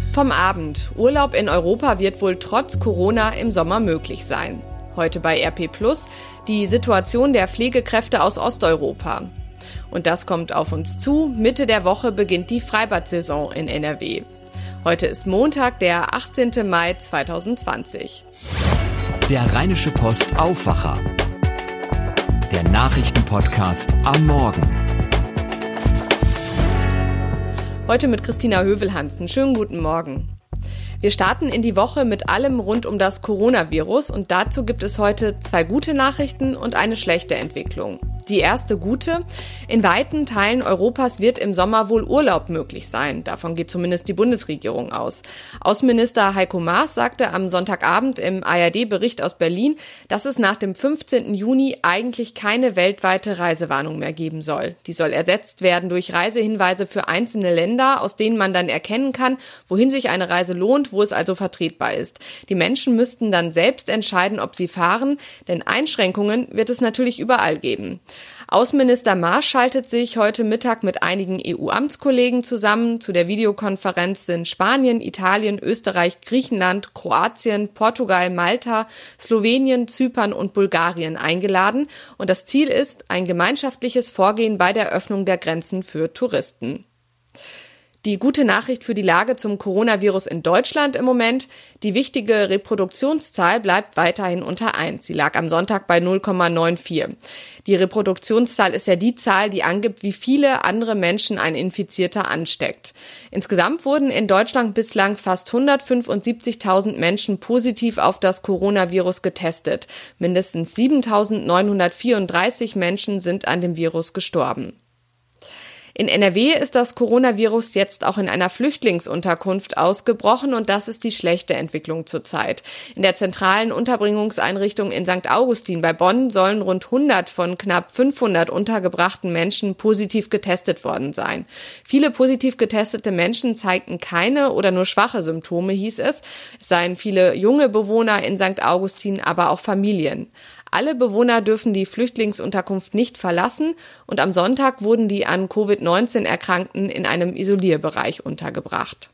Vom Abend. Urlaub in Europa wird wohl trotz Corona im Sommer möglich sein. Heute bei RP+, die Situation der Pflegekräfte aus Osteuropa. Und das kommt auf uns zu. Mitte der Woche beginnt die Freibad-Saison in NRW. Heute ist Montag, der 18. Mai 2020. Der Rheinische Post Aufwacher. Der Nachrichtenpodcast am Morgen. Heute mit Christina Hövel-Hansen. Schönen guten Morgen. Wir starten in die Woche mit allem rund um das Coronavirus und dazu gibt es heute 2 gute Nachrichten und eine schlechte Entwicklung. Die erste gute: In weiten Teilen Europas wird im Sommer wohl Urlaub möglich sein. Davon geht zumindest die Bundesregierung aus. Außenminister Heiko Maas sagte am Sonntagabend im ARD-Bericht aus Berlin, dass es nach dem 15. Juni eigentlich keine weltweite Reisewarnung mehr geben soll. Die soll ersetzt werden durch Reisehinweise für einzelne Länder, aus denen man dann erkennen kann, wohin sich eine Reise lohnt, wo es also vertretbar ist. Die Menschen müssten dann selbst entscheiden, ob sie fahren, denn Einschränkungen wird es natürlich überall geben. Außenminister Maas schaltet sich heute Mittag mit einigen EU-Amtskollegen zusammen. Zu der Videokonferenz sind Spanien, Italien, Österreich, Griechenland, Kroatien, Portugal, Malta, Slowenien, Zypern und Bulgarien eingeladen. Und das Ziel ist ein gemeinschaftliches Vorgehen bei der Öffnung der Grenzen für Touristen. Die gute Nachricht für die Lage zum Coronavirus in Deutschland im Moment: Die wichtige Reproduktionszahl bleibt weiterhin unter 1. Sie lag am Sonntag bei 0,94. Die Reproduktionszahl ist ja die Zahl, die angibt, wie viele andere Menschen ein Infizierter ansteckt. Insgesamt wurden in Deutschland bislang fast 175.000 Menschen positiv auf das Coronavirus getestet. Mindestens 7.934 Menschen sind an dem Virus gestorben. In NRW ist das Coronavirus jetzt auch in einer Flüchtlingsunterkunft ausgebrochen und das ist die schlechte Entwicklung zurzeit. In der zentralen Unterbringungseinrichtung in St. Augustin bei Bonn sollen rund 100 von knapp 500 untergebrachten Menschen positiv getestet worden sein. Viele positiv getestete Menschen zeigten keine oder nur schwache Symptome, hieß es. Es seien viele junge Bewohner in St. Augustin, aber auch Familien. Alle Bewohner dürfen die Flüchtlingsunterkunft nicht verlassen und am Sonntag wurden die an Covid-19 Erkrankten in einem Isolierbereich untergebracht.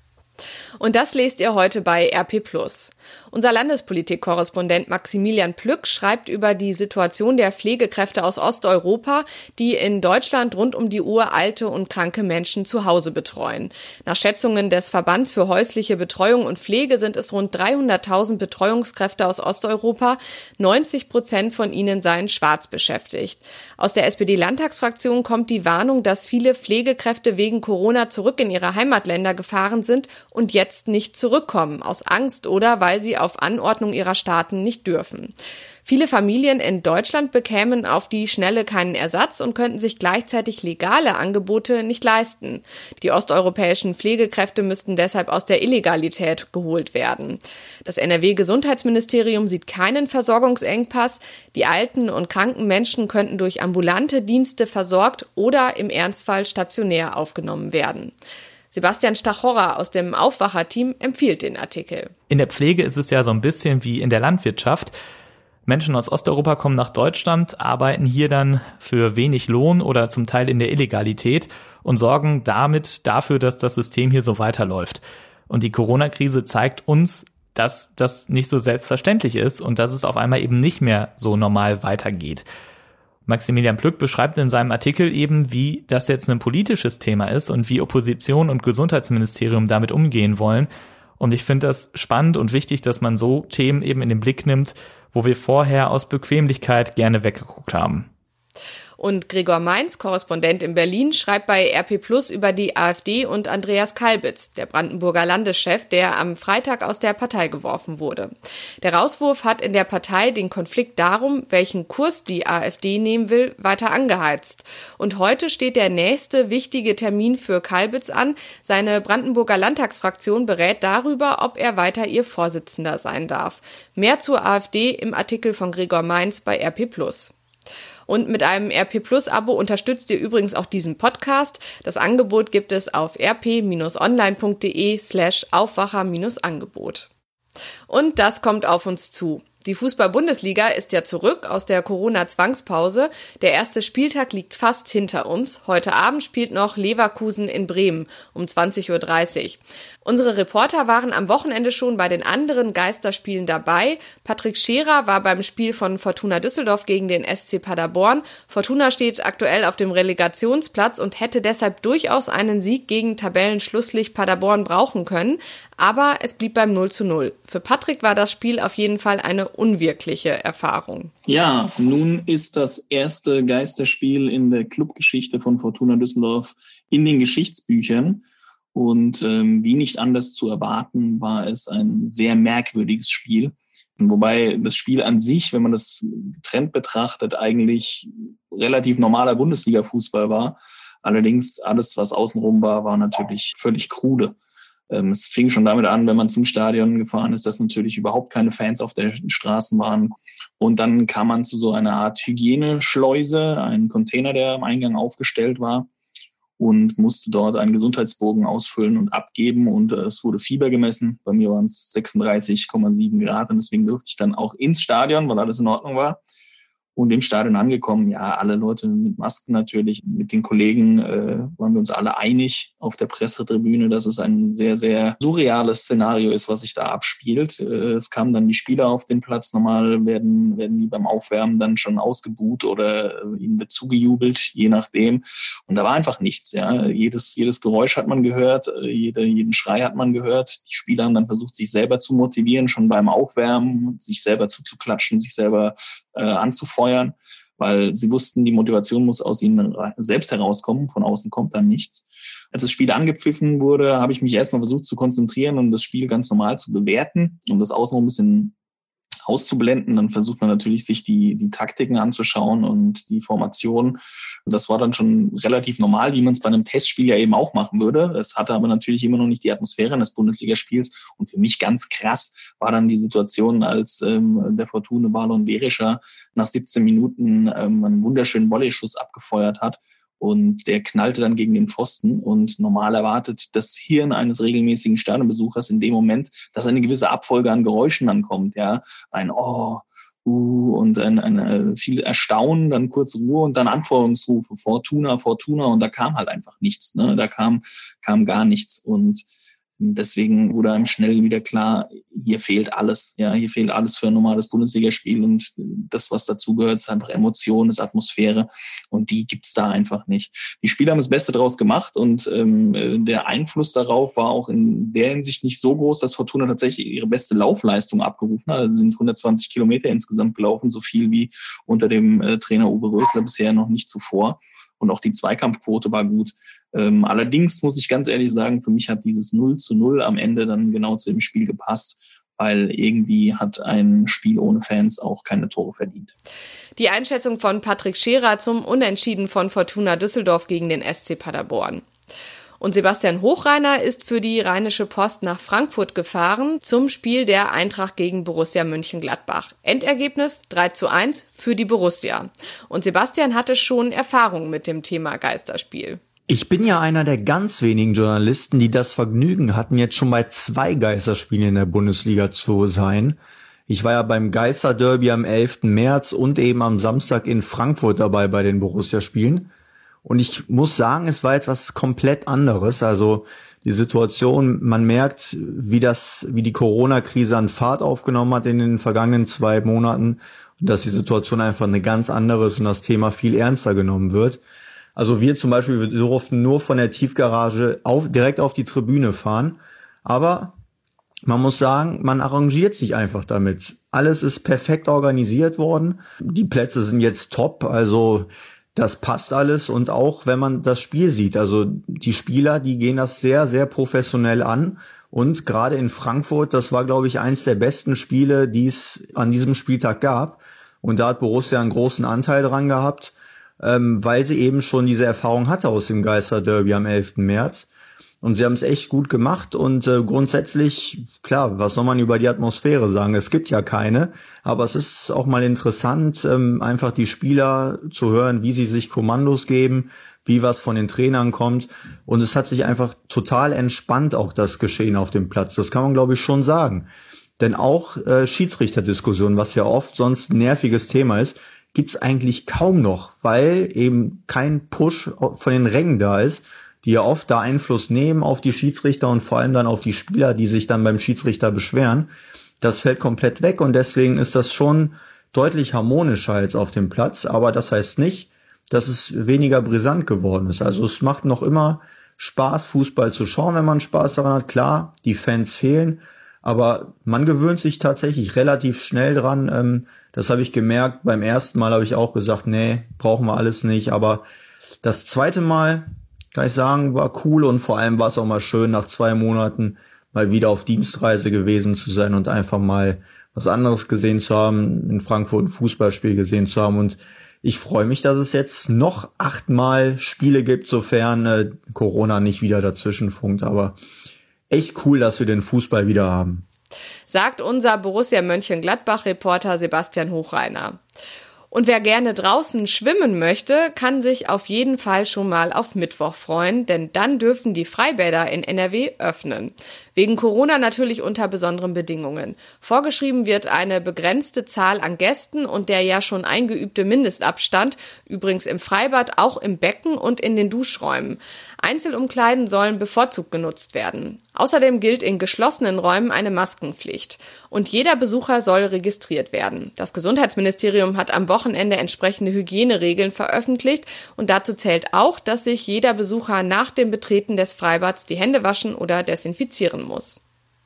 Und das lest ihr heute bei RP+. Unser Landespolitik-Korrespondent Maximilian Plück schreibt über die Situation der Pflegekräfte aus Osteuropa, die in Deutschland rund um die Uhr alte und kranke Menschen zu Hause betreuen. Nach Schätzungen des Verbands für häusliche Betreuung und Pflege sind es rund 300.000 Betreuungskräfte aus Osteuropa. 90% von ihnen seien schwarz beschäftigt. Aus der SPD-Landtagsfraktion kommt die Warnung, dass viele Pflegekräfte wegen Corona zurück in ihre Heimatländer gefahren sind und jetzt nicht zurückkommen, aus Angst oder weil sie auf Anordnung ihrer Staaten nicht dürfen. Viele Familien in Deutschland bekämen auf die Schnelle keinen Ersatz und könnten sich gleichzeitig legale Angebote nicht leisten. Die osteuropäischen Pflegekräfte müssten deshalb aus der Illegalität geholt werden. Das NRW-Gesundheitsministerium sieht keinen Versorgungsengpass. Die alten und kranken Menschen könnten durch ambulante Dienste versorgt oder im Ernstfall stationär aufgenommen werden. Sebastian Stachorra aus dem Aufwacher-Team empfiehlt den Artikel. In der Pflege ist es ja so ein bisschen wie in der Landwirtschaft. Menschen aus Osteuropa kommen nach Deutschland, arbeiten hier dann für wenig Lohn oder zum Teil in der Illegalität und sorgen damit dafür, dass das System hier so weiterläuft. Und die Corona-Krise zeigt uns, dass das nicht so selbstverständlich ist und dass es auf einmal eben nicht mehr so normal weitergeht. Maximilian Plück beschreibt in seinem Artikel eben, wie das jetzt ein politisches Thema ist und wie Opposition und Gesundheitsministerium damit umgehen wollen. Und ich finde das spannend und wichtig, dass man so Themen eben in den Blick nimmt, wo wir vorher aus Bequemlichkeit gerne weggeguckt haben. Und Gregor Mainz, Korrespondent in Berlin, schreibt bei RP+ über die AfD und Andreas Kalbitz, der Brandenburger Landeschef, der am Freitag aus der Partei geworfen wurde. Der Rauswurf hat in der Partei den Konflikt darum, welchen Kurs die AfD nehmen will, weiter angeheizt. Und heute steht der nächste wichtige Termin für Kalbitz an. Seine Brandenburger Landtagsfraktion berät darüber, ob er weiter ihr Vorsitzender sein darf. Mehr zur AfD im Artikel von Gregor Mainz bei RP+. Und mit einem RP+-Abo unterstützt ihr übrigens auch diesen Podcast. Das Angebot gibt es auf rp-online.de/Aufwacher-Angebot. Und das kommt auf uns zu. Die Fußball-Bundesliga ist ja zurück aus der Corona-Zwangspause. Der erste Spieltag liegt fast hinter uns. Heute Abend spielt noch Leverkusen in Bremen um 20.30 Uhr. Unsere Reporter waren am Wochenende schon bei den anderen Geisterspielen dabei. Patrick Scherer war beim Spiel von Fortuna Düsseldorf gegen den SC Paderborn. Fortuna steht aktuell auf dem Relegationsplatz und hätte deshalb durchaus einen Sieg gegen Tabellenschlusslicht Paderborn brauchen können. Aber es blieb beim 0:0. Für Patrick war das Spiel auf jeden Fall eine unwirkliche Erfahrung. Ja, nun ist das erste Geisterspiel in der Clubgeschichte von Fortuna Düsseldorf in den Geschichtsbüchern. Und wie nicht anders zu erwarten, war es ein sehr merkwürdiges Spiel. Wobei das Spiel an sich, wenn man das getrennt betrachtet, eigentlich relativ normaler Bundesliga-Fußball war. Allerdings alles, was außenrum war natürlich völlig krude. Es fing schon damit an, wenn man zum Stadion gefahren ist, dass natürlich überhaupt keine Fans auf den Straßen waren. Und dann kam man zu so einer Art Hygieneschleuse, einen Container, der am Eingang aufgestellt war, und musste dort einen Gesundheitsbogen ausfüllen und abgeben. Und es wurde Fieber gemessen. Bei mir waren es 36,7 Grad und deswegen durfte ich dann auch ins Stadion, weil alles in Ordnung war. Und im Stadion angekommen, ja, alle Leute mit Masken natürlich. Mit den Kollegen waren wir uns alle einig auf der Pressetribüne, dass es ein sehr, sehr surreales Szenario ist, was sich da abspielt. Es kamen dann die Spieler auf den Platz. Normal werden die beim Aufwärmen dann schon ausgebuht oder ihnen wird zugejubelt, je nachdem. Und da war einfach nichts. Ja, jedes Geräusch hat man gehört, jeden Schrei hat man gehört. Die Spieler haben dann versucht, sich selber zu motivieren, schon beim Aufwärmen, sich selber zuzuklatschen, sich selber anzufeuern, weil sie wussten, die Motivation muss aus ihnen selbst herauskommen, von außen kommt dann nichts. Als das Spiel angepfiffen wurde, habe ich mich erstmal versucht zu konzentrieren und das Spiel ganz normal zu bewerten und das Außen ein bisschen auszublenden. Dann versucht man natürlich, sich die Taktiken anzuschauen und die Formation. Und das war dann schon relativ normal, wie man es bei einem Testspiel ja eben auch machen würde. Es hatte aber natürlich immer noch nicht die Atmosphäre eines Bundesligaspiels. Und für mich ganz krass war dann die Situation, als der Fortuna Balon Berischer nach 17 Minuten einen wunderschönen Volleyschuss abgefeuert hat. Und der knallte dann gegen den Pfosten. Und normal erwartet das Hirn eines regelmäßigen Stadionbesuchers in dem Moment, dass eine gewisse Abfolge an Geräuschen dann kommt. Ja, ein Oh, und ein viel Erstaunen, dann kurz Ruhe und dann Anfeuerungsrufe, Fortuna. Und da kam halt einfach nichts. Ne? Da kam gar nichts. Und deswegen wurde einem schnell wieder klar, hier fehlt alles. Ja, hier fehlt alles für ein normales Bundesligaspiel und das, was dazugehört, ist einfach Emotion, ist Atmosphäre und die gibt's da einfach nicht. Die Spieler haben das Beste draus gemacht und der Einfluss darauf war auch in der Hinsicht nicht so groß, dass Fortuna tatsächlich ihre beste Laufleistung abgerufen hat. Also sind 120 Kilometer insgesamt gelaufen, so viel wie unter dem Trainer Uwe Rösler bisher noch nicht zuvor. Und auch die Zweikampfquote war gut. Allerdings muss ich ganz ehrlich sagen, für mich hat dieses 0:0 am Ende dann genau zu dem Spiel gepasst, weil irgendwie hat ein Spiel ohne Fans auch keine Tore verdient. Die Einschätzung von Patrick Scherer zum Unentschieden von Fortuna Düsseldorf gegen den SC Paderborn. Und Sebastian Hochreiner ist für die Rheinische Post nach Frankfurt gefahren zum Spiel der Eintracht gegen Borussia Mönchengladbach. Endergebnis 3:1 für die Borussia. Und Sebastian hatte schon Erfahrung mit dem Thema Geisterspiel. Ich bin ja einer der ganz wenigen Journalisten, die das Vergnügen hatten, jetzt schon bei 2 Geisterspielen in der Bundesliga zu sein. Ich war ja beim Geisterderby am 11. März und eben am Samstag in Frankfurt dabei bei den Borussia-Spielen. Und ich muss sagen, es war etwas komplett anderes. Also die Situation, man merkt, wie die Corona-Krise an Fahrt aufgenommen hat in den vergangenen 2 Monaten und dass die Situation einfach eine ganz andere ist und das Thema viel ernster genommen wird. Also wir zum Beispiel, wir durften nur von der Tiefgarage direkt auf die Tribüne fahren. Aber man muss sagen, man arrangiert sich einfach damit. Alles ist perfekt organisiert worden. Die Plätze sind jetzt top, also das passt alles. Und auch wenn man das Spiel sieht, also die Spieler, die gehen das sehr, sehr professionell an. Und gerade in Frankfurt, das war, glaube ich, eins der besten Spiele, die es an diesem Spieltag gab. Und da hat Borussia einen großen Anteil dran gehabt, weil sie eben schon diese Erfahrung hatte aus dem Geisterderby am 11. März. Und sie haben es echt gut gemacht und grundsätzlich, klar, was soll man über die Atmosphäre sagen? Es gibt ja keine, aber es ist auch mal interessant, einfach die Spieler zu hören, wie sie sich Kommandos geben, wie was von den Trainern kommt. Und es hat sich einfach total entspannt, auch das Geschehen auf dem Platz. Das kann man, glaube ich, schon sagen. Denn auch Schiedsrichterdiskussionen, was ja oft sonst ein nerviges Thema ist, gibt's eigentlich kaum noch, weil eben kein Push von den Rängen da ist, die ja oft da Einfluss nehmen auf die Schiedsrichter und vor allem dann auf die Spieler, die sich dann beim Schiedsrichter beschweren. Das fällt komplett weg und deswegen ist das schon deutlich harmonischer als auf dem Platz, aber das heißt nicht, dass es weniger brisant geworden ist. Also es macht noch immer Spaß, Fußball zu schauen, wenn man Spaß daran hat. Klar, die Fans fehlen, aber man gewöhnt sich tatsächlich relativ schnell dran. Das habe ich gemerkt. Beim ersten Mal habe ich auch gesagt, nee, brauchen wir alles nicht. Aber das zweite Mal, kann ich sagen, war cool und vor allem war es auch mal schön, nach 2 Monaten mal wieder auf Dienstreise gewesen zu sein und einfach mal was anderes gesehen zu haben, in Frankfurt ein Fußballspiel gesehen zu haben. Und ich freue mich, dass es jetzt noch 8-mal Spiele gibt, sofern Corona nicht wieder dazwischen funkt. Aber echt cool, dass wir den Fußball wieder haben. Sagt unser Borussia Mönchengladbach-Reporter Sebastian Hochreiner. Und wer gerne draußen schwimmen möchte, kann sich auf jeden Fall schon mal auf Mittwoch freuen, denn dann dürfen die Freibäder in NRW öffnen. Wegen Corona natürlich unter besonderen Bedingungen. Vorgeschrieben wird eine begrenzte Zahl an Gästen und der ja schon eingeübte Mindestabstand, übrigens im Freibad, auch im Becken und in den Duschräumen. Einzelumkleiden sollen bevorzugt genutzt werden. Außerdem gilt in geschlossenen Räumen eine Maskenpflicht. Und jeder Besucher soll registriert werden. Das Gesundheitsministerium hat am Wochenende entsprechende Hygieneregeln veröffentlicht und dazu zählt auch, dass sich jeder Besucher nach dem Betreten des Freibads die Hände waschen oder desinfizieren muss.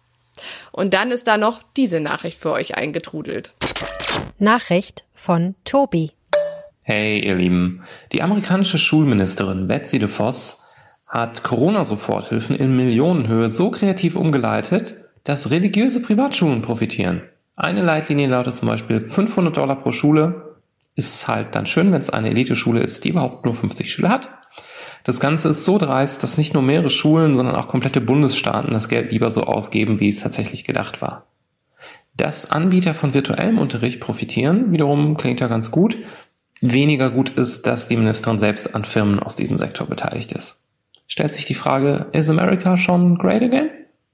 Und dann ist da noch diese Nachricht für euch eingetrudelt. Nachricht von Tobi. Hey ihr Lieben, die amerikanische Schulministerin Betsy DeVos hat Corona-Soforthilfen in Millionenhöhe so kreativ umgeleitet, dass religiöse Privatschulen profitieren. Eine Leitlinie lautet zum Beispiel $500 pro Schule. Ist halt dann schön, wenn es eine Eliteschule ist, die überhaupt nur 50 Schüler hat. Das Ganze ist so dreist, dass nicht nur mehrere Schulen, sondern auch komplette Bundesstaaten das Geld lieber so ausgeben, wie es tatsächlich gedacht war. Dass Anbieter von virtuellem Unterricht profitieren, wiederum klingt ja ganz gut. Weniger gut ist, dass die Ministerin selbst an Firmen aus diesem Sektor beteiligt ist. Stellt sich die Frage, is America schon great again?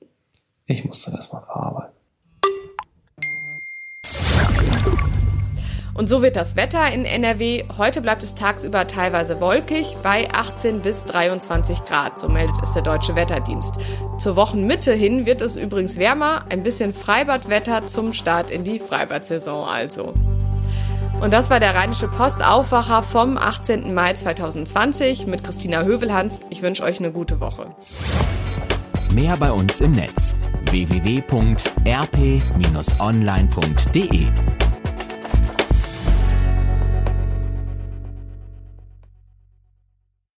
Ich musste das mal verarbeiten. Und so wird das Wetter in NRW. Heute bleibt es tagsüber teilweise wolkig bei 18 bis 23 Grad, so meldet es der Deutsche Wetterdienst. Zur Wochenmitte hin wird es übrigens wärmer, ein bisschen Freibadwetter zum Start in die Freibadsaison also. Und das war der Rheinische Post Aufwacher vom 18. Mai 2020 mit Christina Hövelhans. Ich wünsche euch eine gute Woche. Mehr bei uns im Netz: www.rp-online.de